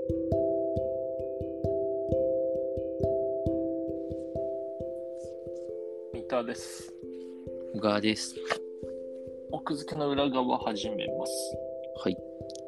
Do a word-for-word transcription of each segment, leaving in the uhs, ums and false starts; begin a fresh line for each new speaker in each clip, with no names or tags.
三田です。
小川です。
奥付けの裏側始めます。
はい。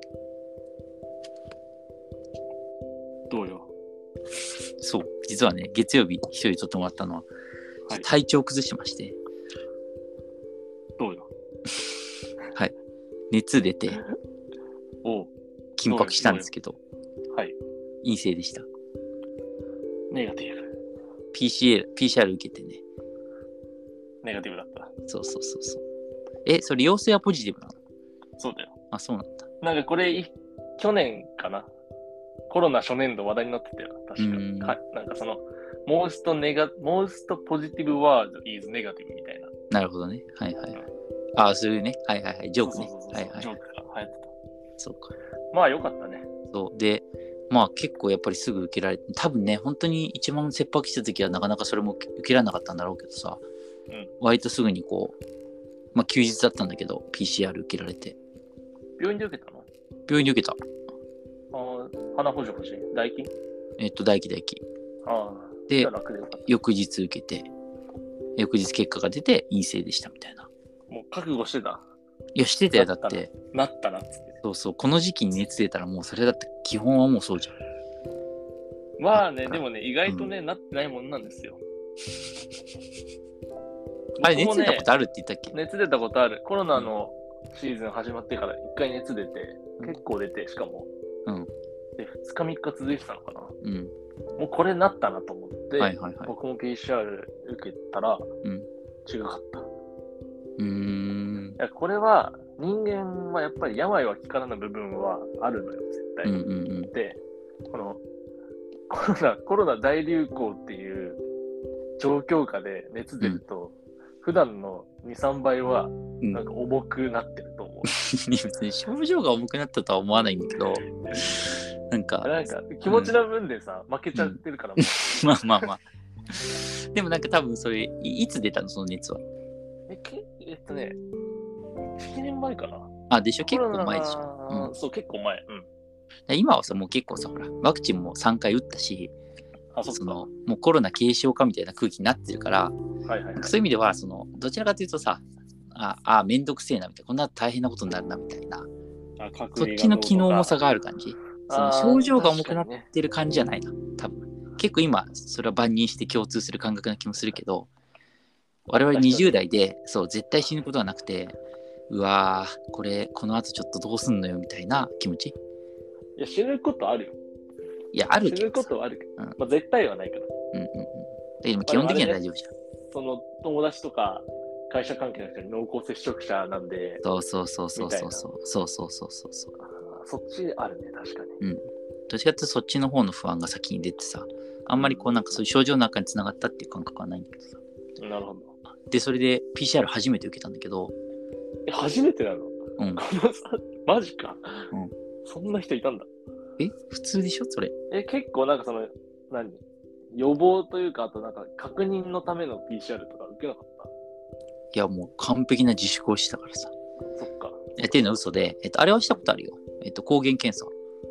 どうよ。
そう、実はね、月曜日一人撮ってもらったのは、はい、体調崩しまして。
どうよ。
はい。熱出て、
おう
緊迫したんですけど、
はい。
陰性でした。
ネガティブ。
ピーシーアール、ピーシーアール 受けてね。
ネガティブだった。
そうそうそうそう。え、それ陽性はポジティブなの？
そうだよ。
あ、そうなんだ。
なんかこれ、去年かな。コロナ初年度話題になってたよ。確か。
うん
かなんかその、most, neg- most positive word is negative みたいな。
なるほどね。はいはいはい。うん、ああ、そういうね。はいはいはい。ジョークね。
そうそうそうそう、
はいはい。
ジョークが流行ってた。
そうか。
まあよかったね。
そう。で、まあ結構やっぱりすぐ受けられて、多分ね、本当に一番切迫した時はなかなかそれも受けられなかったんだろうけどさ、うん、割とすぐにこう、まあ休日だったんだけど、ピーシーアール 受けられて。
病院で受けたの？
病院で受けた。
ああ、鼻補助欲しい？唾液？
えっと、唾液唾液。
ああ。
で、翌日受けて、翌日結果が出て陰性でしたみたいな。
もう覚悟してた？
いや、してたよ、だって。
なったなっつって。
そうそう、この時期に熱出たらもうそれだって基本はもうそうじゃん。
まあね、でもね、意外とね、うん、なってないもんなんですよ。
あれ、熱出たことあるって言ったっけ？
熱出たことある。コロナのシーズン始まってからいっかい熱出て、うん、結構出て、しかも。うん。で、ふつかみっか続いてたのかな。うん。もうこれなったなと思って、はいはいはい、僕も ピーシーアール 受けたら、うん、違かった。う
ーん。
いや、これは、人間はやっぱり病は気からぬ部分はあるのよ、絶対。うんうんうん、で、このコロナ、コロナ大流行っていう状況下で熱出ると、うん、普段のに、さんばいはなんか重くなってると思う。うん、
別に症状が重くなったとは思わないんだけど、なんか、
なんか気持ちの分でさ、うん、負けちゃってるから、も
うまあまあまあ。でもなんか多分それ、いつ出たのその熱は？
え、けえっとね、いちねんまえかな。
あ、でしょ？結構前でし
ょ。うん、そう、結構前。うん。
今はさ、もう結構さ、ほら、ワクチンもさんかい打ったし、
あ、そ,
そのもうコロナ軽症化みたいな空気になってるから、はいはいはい、そういう意味ではそのどちらかというとさ、ああ、めんどくせえなみたいな、こんな大変なことになるなみたいな、あ、そっちの機能重さがある感じ。その症状が重くなってる感じじゃないな、多分。結構今、それは万人して共通する感覚な気もするけど、我々にじゅう代で、そう、絶対死ぬことはなくて、うわー、これ、この後ちょっとどうすんのよみたいな気持ち。
いや、死ぬことあるよ。
いや、あるけど。
死ぬことはあるけど、うん、まあ、絶対はないから。
うんうんうん。でも基本的には大丈夫じゃん。
その友達とか会社関係の人に濃厚接触者なんで。
そうそうそうそうそうそうそうそうそうそうそう。
そっちあるね、確かに。
うん。どっちかってそっちの方の不安が先に出てさ、あんまりこうなんかそういう症状の中に繋がったっていう感覚はないんだけどさ。
なるほど。
で、それで ピーシーアール 初めて受けたんだけど。
え、初めてなの？うん。このさ、マジか。うん。そんな人いたんだ。
え、普通でしょそれ？
え、結構なんかその、何予防というか、あとなんか確認のための ピーシーアール とか受けなかった？
いや、もう完璧な自粛をしたからさ。
そっか。
え、っていうのは嘘で、えっと、あれはしたことあるよ。えっと、抗原検査。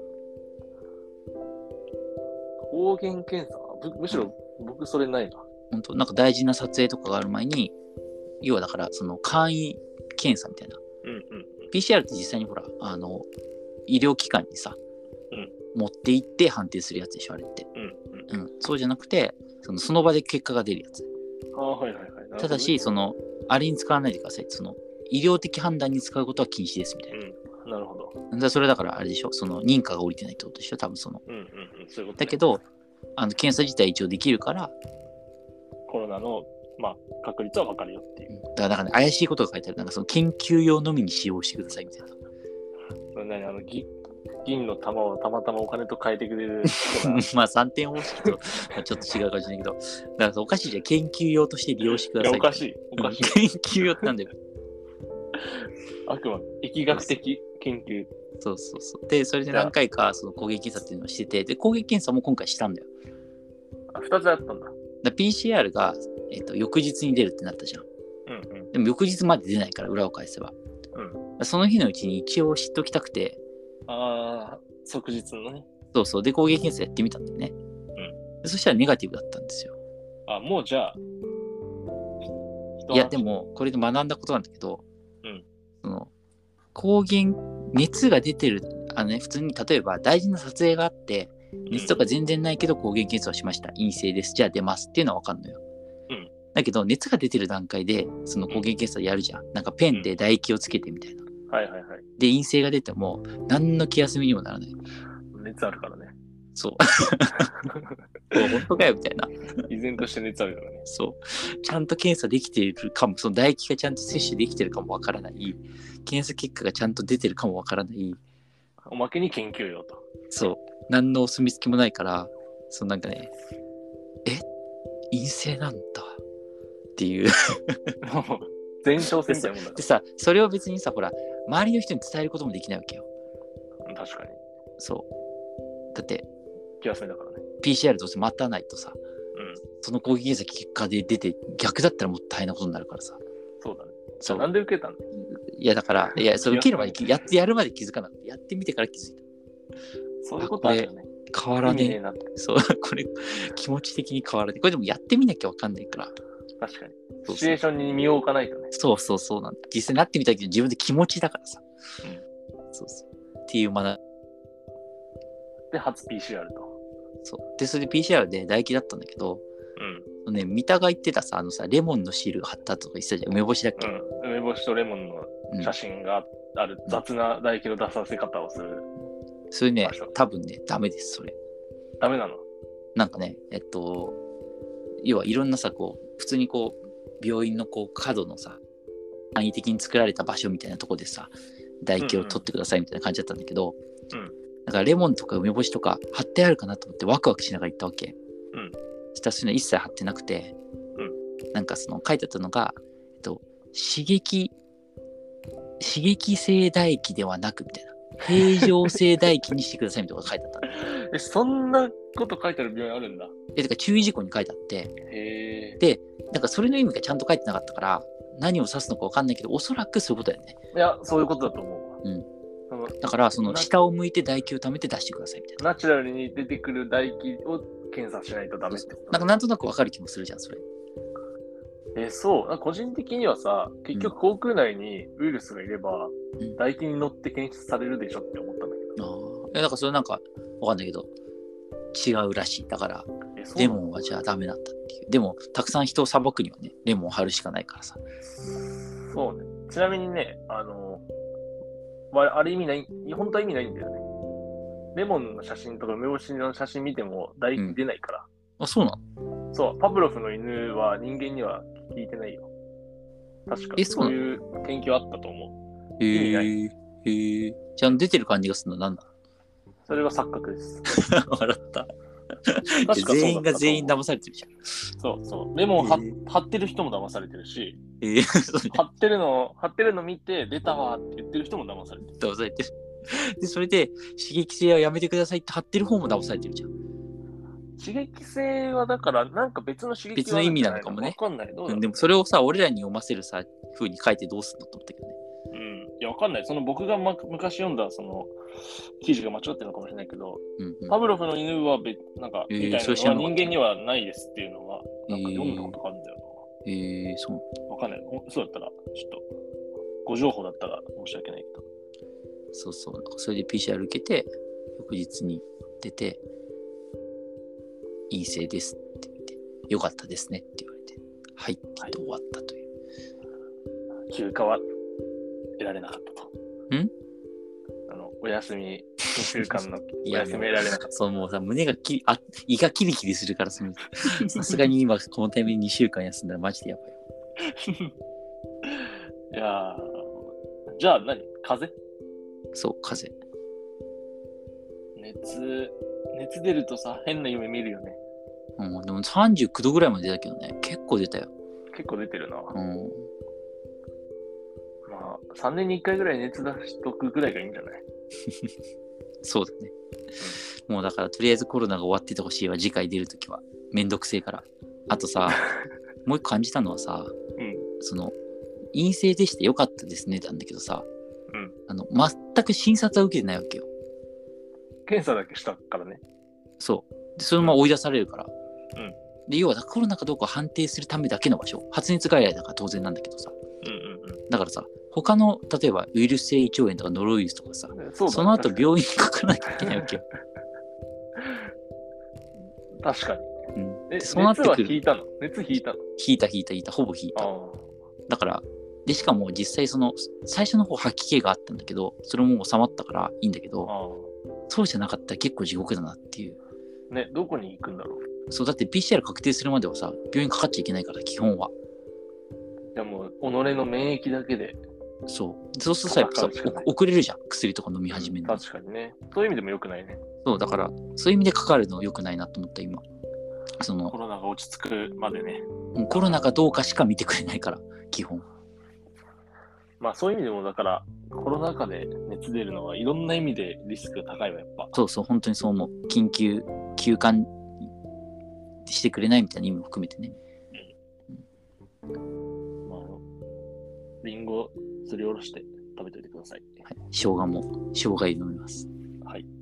抗原検査？むしろ僕それないな。
本当なんか大事な撮影とかがある前に、要はだから、その簡易検査みたいな。うんうん。ピーシーアール って実際にほら、あの、医療機関にさ、うん、持って行って判定するやつでしょ、あれって。うんうんうん、そうじゃなくてその、その場で結果が出るやつ。
あ、はいはいはい。
ただし、その、あれに使わないでください。その、医療的判断に使うことは禁止ですみたいな。
うん、なるほど。
だそれだからあれでしょ、その認可が下りてないってことでしょ、多分その。
うんうんうん、そういうこと、ね。
だけど、あの検査自体一応できるから、
コロナの、まあ、確率は分かるよっていう。
だから、なんかね、怪しいことが書いてある。なんかその研究用のみに使用してくださいみたいな。
何あのぎ銀の玉をたまたまお金と変えてくれる
まあさんてん方式とちょっと違うかもしれないけど、だからおかしいじゃん、研究用として利用してください。い
やおかしい、おかしい。
研究用ってなんだよ。
あくまで疫学的研究。
そうそうそう。で、それで何回かその抗原検査っていうのをしてて、で、抗原検査も今回したんだよ。
あ、ふたつあったんだ。
だ ピーシーアール が、えっと、翌日に出るってなったじゃん。うんうん。でも翌日まで出ないから、裏を返せば。うん。その日のうちに一応知っときたくて。
ああ、即日のね。
そうそう。で、抗原検査やってみたんだよね。うん。そしたらネガティブだったんですよ。
あ、もうじゃあ。
いや、でも、これで学んだことなんだけど、
うん。
その、抗原、熱が出てる、あのね、普通に例えば大事な撮影があって、熱とか全然ないけど抗原検査をしました。陰性です。じゃあ出ますっていうのは分かんのよ。うん。だけど、熱が出てる段階で、その抗原検査やるじゃん。うん、なんかペンで唾液をつけてみたいな。
はいはいはい。
で、陰性が出ても、何の気休みにもならない。
熱あるからね。
そう。本当かよみたいな。
依然として熱あるからね。
そう。ちゃんと検査できているかも、その唾液がちゃんと摂取できてるかもわからない。検査結果がちゃんと出てるかもわからない。
おまけに研究用と。
そう。何のお墨付きもないから、そのなんかね、え陰性なんだっていう。
前哨戦みたいなもんだから。
でさ、それを別にさ、ほら、周りの人に伝えることもできないわけよ。
確かに。
そう。だって、
気休めだからね。
ピーシーアール どうせ待たないとさ、うん、その抗原検査結果で出て逆だったらもっと大変なことになるからさ。
そうだね。そう。なんで受けたの？
いやだから、いや、そう受けるまでやってやるまで気づかなくて、やってみてから気づいた。
そういうことあるよね。
変わらねえ。そう、これ気持ち的に変わらねえ。これでもやってみなきゃわかんないから。
確かに。シチュエーションに身を置かないとね。
そうそうそうなんだ。実際になってみたけど自分で気持ちだからさ。うん。そうそう。っていう学び。
で、初 ピーシーアール と。
そう。で、それで ピーシーアール で唾液だったんだけど、うん。ね、三田が言ってたさ、あのさ、レモンのシールが貼ったとか言ってたじゃん。梅干しだっけ？うん。
梅干しとレモンの写真がある雑な唾液の出させ方をする。うん、
それね、多分ね、ダメです、それ。
ダメなの？
なんかね、えっと、要はいろんなさ、こう、普通にこう、病院のこう、角のさ、簡易的に作られた場所みたいなとこでさ、唾液を取ってくださいみたいな感じだったんだけど、うんうん、だからレモンとか梅干しとか貼ってあるかなと思ってワクワクしながら行ったわけ。うん。そしたらそういうの一切貼ってなくて、うん。なんかその書いてあったのが、えっと、刺激、刺激性唾液ではなくみたいな。平常性唾液にしてくださいみたいなことが書いてあった
え、そんなこと書いてある病院あるんだ。
え、だから注意事項に書いてあって、へで、なんかそれの意味がちゃんと書いてなかったから、何を指すのか分かんないけど、おそらくそういうことだよね。
いや、そういうことだと思うわ。うん。
そのだから、その下を向いて唾液を溜めて出してくださいみたいな。
ナチュラルに出てくる唾液を検査しないとダメってこと。
なんかなんとなく分かる気もするじゃん、それ。
えー、そう。個人的にはさ、結局口腔内にウイルスがいれば、うん、唾液に乗って検出されるでしょって思ったんだけど。
ああ。いや、だからそれなんか分かんないけど、違うらしい。だから、レモンはじゃあダメだったっていう。でも、たくさん人を裁くにはね、レモンを貼るしかないからさ。
そうね。ちなみにね、あの、あれ意味ない、本当は意味ないんだよね。レモンの写真とか梅干しの写真見ても唾液出ないから。
うん、あ、そうな
の？そう、パブロフの犬は人間には効いてないよ。確か。そういう研究あったと思う。
へえ。へえ。じゃあ出てる感じがするのなんだ？
それは錯覚です。
笑った。全員が全員騙されてるじゃん。
そうそう。レモン貼、えー、貼ってる人も騙されてるし、
えー、
貼ってるの、貼ってるの見て出たわって言ってる人も騙されてる。
騙されてる。で、それで刺激性はやめてくださいって貼ってる方も騙されてるじゃん。
刺激性はだからなんか別の刺激
別の意味なのかもね。
わかんない。どうだろう、
うん、でもそれをさ、俺らに読ませるさ、風に書いてどうすんのと思ったけどね。
うん。いや、わかんない。その僕が、ま、昔読んだその記事が間違ってるのかもしれないけど、うんうん、パブロフの犬は別、なんか、みたいなのは人間にはないですっていうのは、なんか読んだことがあるんだよな。
えー、えー、そう。
わかんない。そうだったら、ちょっと、ご情報だったら申し訳ないけど。
そうそう。それで ピーシーアール 受けて、翌日に出て、陰性ですって言って、よかったですねって言われて、はいって言って終わったという。
休暇は得られなかったと。
ん
あの、お休み、にしゅうかんのお休み得られなかった。
そう、もうさ、胸がきあ、胃がキリキリするから、さすがに今、このタイミングにしゅうかん休んだらマジでやばいよ。
いやー、じゃあ何風邪？
そう、風邪。
熱、熱出るとさ、変な夢見るよね。
うん、でもさんじゅうきゅうどぐらいまで出たけどね、結構出たよ。
結構出てるな。
うん。
まあ、さんねんにいっかいぐらい熱出しとくぐらいがいいんじゃない？
そうだね。うん、もうだから、とりあえずコロナが終わっててほしいわ、次回出るときは。めんどくせえから。あとさ、もう一個感じたのはさ、うん、その、陰性でしてよかったですねなんだけどさ、うん、あの全く診察は受けてないわけよ。
検査だけしたからね。
そうでそのまま追い出されるから、
うん、
で要はコロナかどうかを判定するためだけの場所、発熱外来だから当然なんだけどさ、
うんうんうん、
だからさ他の例えばウイルス性胃腸炎とかノロウイルスとかさ、そ, ね、その後病院にかからなきゃいけないわけよ。
確かに。
うん、
え、そうなってくる。熱は引いたの？熱引いたの？
引いた引いた引いた、ほぼ引いた。だから、で、しかも実際その、最初の方吐き気があったんだけど、それも収まったからいいんだけど、そうじゃなかったら結構地獄だなっていう。
ね、どこに行くんだろ
う。そう、だって ピーシーアール 確定するまではさ、病院かかっちゃいけないから、基本は。
じゃあもう、己の免疫だけで。
そう。そうするとさ、やっぱさ、遅れるじゃん。薬とか飲み始めるの、
うん。確かにね。そういう意味でも良くないね。
そう、だから、そういう意味でかかるの良くないなと思った、今。その
コロナが落ち着くまでね。
コロナかどうかしか見てくれないから、基本。
まあそういう意味でも、だから、コロナ禍で熱出るのはいろんな意味でリスクが高いわ、やっぱ。
そうそう、本当にそう思う。緊急、休館してくれないみたいな意味も含めてね。
うんうん、まあ、リンゴすりおろして食べておいてください。
はい、生姜も、生姜入り飲みます。
はい。